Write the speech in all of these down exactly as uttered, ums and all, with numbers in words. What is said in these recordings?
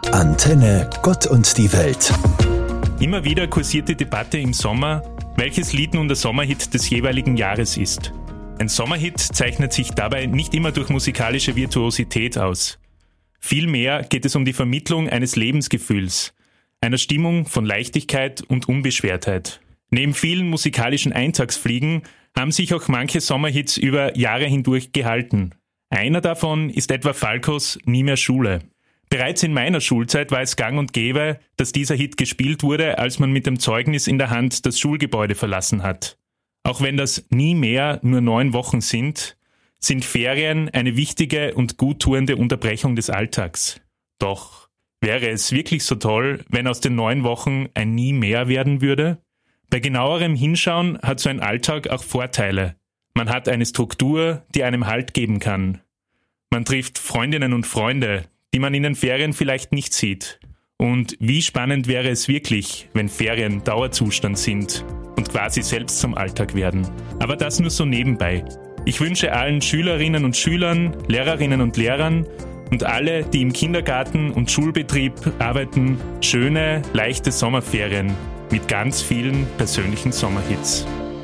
Antenne Gott und die Welt. Immer wieder kursiert die Debatte im Sommer, welches Lied nun der Sommerhit des jeweiligen Jahres ist. Ein Sommerhit zeichnet sich dabei nicht immer durch musikalische Virtuosität aus. Vielmehr geht es um die Vermittlung eines Lebensgefühls, einer Stimmung von Leichtigkeit und Unbeschwertheit. Neben vielen musikalischen Eintagsfliegen haben sich auch manche Sommerhits über Jahre hindurch gehalten. Einer davon ist etwa Falcos Nie mehr Schule. Bereits in meiner Schulzeit war es gang und gäbe, dass dieser Hit gespielt wurde, als man mit dem Zeugnis in der Hand das Schulgebäude verlassen hat. Auch wenn das nie mehr nur neun Wochen sind, sind Ferien eine wichtige und guttuende Unterbrechung des Alltags. Doch wäre es wirklich so toll, wenn aus den neun Wochen ein nie mehr werden würde? Bei genauerem Hinschauen hat so ein Alltag auch Vorteile. Man hat eine Struktur, die einem Halt geben kann. Man trifft Freundinnen und Freunde, die man in den Ferien vielleicht nicht sieht. Und wie spannend wäre es wirklich, wenn Ferien Dauerzustand sind und quasi selbst zum Alltag werden. Aber das nur so nebenbei. Ich wünsche allen Schülerinnen und Schülern, Lehrerinnen und Lehrern und alle, die im Kindergarten und Schulbetrieb arbeiten, schöne, leichte Sommerferien mit ganz vielen persönlichen Sommerhits.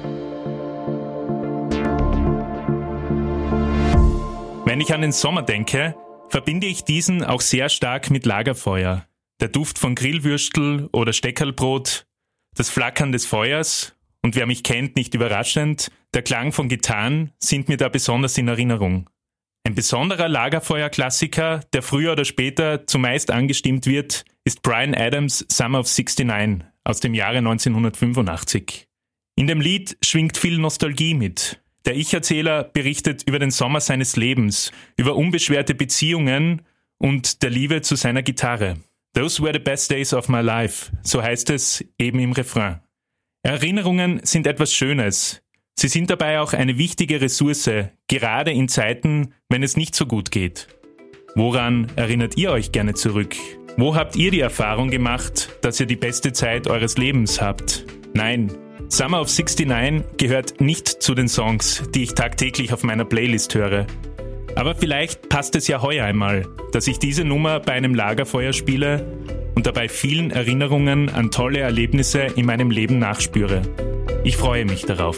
Wenn ich an den Sommer denke, verbinde ich diesen auch sehr stark mit Lagerfeuer. Der Duft von Grillwürstel oder Steckerlbrot, das Flackern des Feuers und wer mich kennt, nicht überraschend, der Klang von Gitarren sind mir da besonders in Erinnerung. Ein besonderer Lagerfeuer-Klassiker, der früher oder später zumeist angestimmt wird, ist Bryan Adams' Summer of sixty-nine aus dem Jahre neunzehnhundertfünfundachtzig. In dem Lied schwingt viel Nostalgie mit. Der Ich-Erzähler berichtet über den Sommer seines Lebens, über unbeschwerte Beziehungen und der Liebe zu seiner Gitarre. Those were the best days of my life, so heißt es eben im Refrain. Erinnerungen sind etwas Schönes. Sie sind dabei auch eine wichtige Ressource, gerade in Zeiten, wenn es nicht so gut geht. Woran erinnert ihr euch gerne zurück? Wo habt ihr die Erfahrung gemacht, dass ihr die beste Zeit eures Lebens habt? Nein, Summer of sixty-nine gehört nicht zu den Songs, die ich tagtäglich auf meiner Playlist höre. Aber vielleicht passt es ja heuer einmal, dass ich diese Nummer bei einem Lagerfeuer spiele und dabei vielen Erinnerungen an tolle Erlebnisse in meinem Leben nachspüre. Ich freue mich darauf.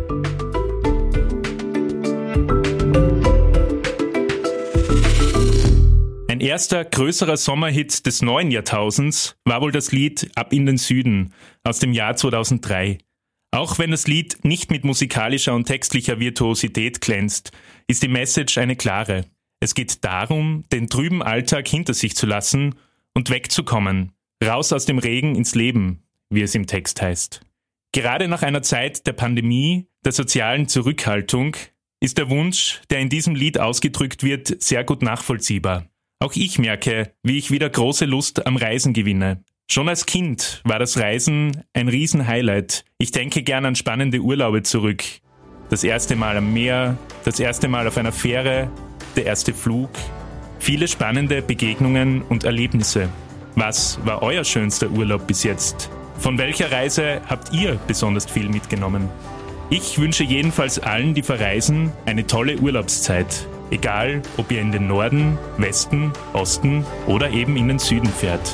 Ein erster größerer Sommerhit des neuen Jahrtausends war wohl das Lied Ab in den Süden aus dem Jahr zweitausenddrei. Auch wenn das Lied nicht mit musikalischer und textlicher Virtuosität glänzt, ist die Message eine klare. Es geht darum, den trüben Alltag hinter sich zu lassen und wegzukommen, raus aus dem Regen ins Leben, wie es im Text heißt. Gerade nach einer Zeit der Pandemie, der sozialen Zurückhaltung, ist der Wunsch, der in diesem Lied ausgedrückt wird, sehr gut nachvollziehbar. Auch ich merke, wie ich wieder große Lust am Reisen gewinne. Schon als Kind war das Reisen ein Riesenhighlight. Ich denke gern an spannende Urlaube zurück. Das erste Mal am Meer, das erste Mal auf einer Fähre, der erste Flug. Viele spannende Begegnungen und Erlebnisse. Was war euer schönster Urlaub bis jetzt? Von welcher Reise habt ihr besonders viel mitgenommen? Ich wünsche jedenfalls allen, die verreisen, eine tolle Urlaubszeit. Egal, ob ihr in den Norden, Westen, Osten oder eben in den Süden fährt.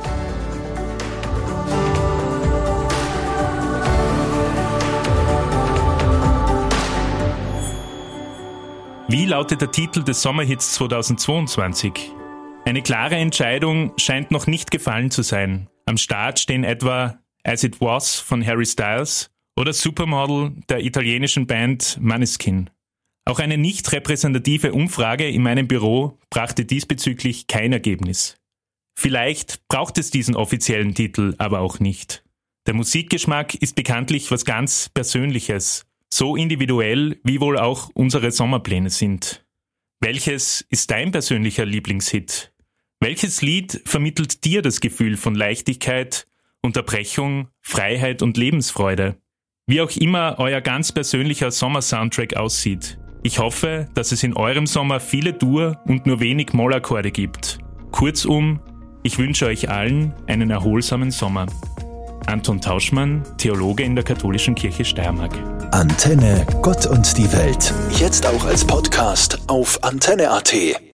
Wie lautet der Titel des Sommerhits zweitausendzweiundzwanzig? Eine klare Entscheidung scheint noch nicht gefallen zu sein. Am Start stehen etwa As It Was von Harry Styles oder Supermodel der italienischen Band Måneskin. Auch eine nicht repräsentative Umfrage in meinem Büro brachte diesbezüglich kein Ergebnis. Vielleicht braucht es diesen offiziellen Titel aber auch nicht. Der Musikgeschmack ist bekanntlich was ganz Persönliches, so individuell wie wohl auch unsere Sommerpläne sind. Welches ist dein persönlicher Lieblingshit? Welches Lied vermittelt dir das Gefühl von Leichtigkeit, Unterbrechung, Freiheit und Lebensfreude? Wie auch immer euer ganz persönlicher Sommersoundtrack aussieht, ich hoffe, dass es in eurem Sommer viele Dur- und nur wenig Mollakkorde gibt. Kurzum, ich wünsche euch allen einen erholsamen Sommer. Anton Tauschmann, Theologe in der Katholischen Kirche Steiermark. Antenne Gott und die Welt. Jetzt auch als Podcast auf antenne punkt a t.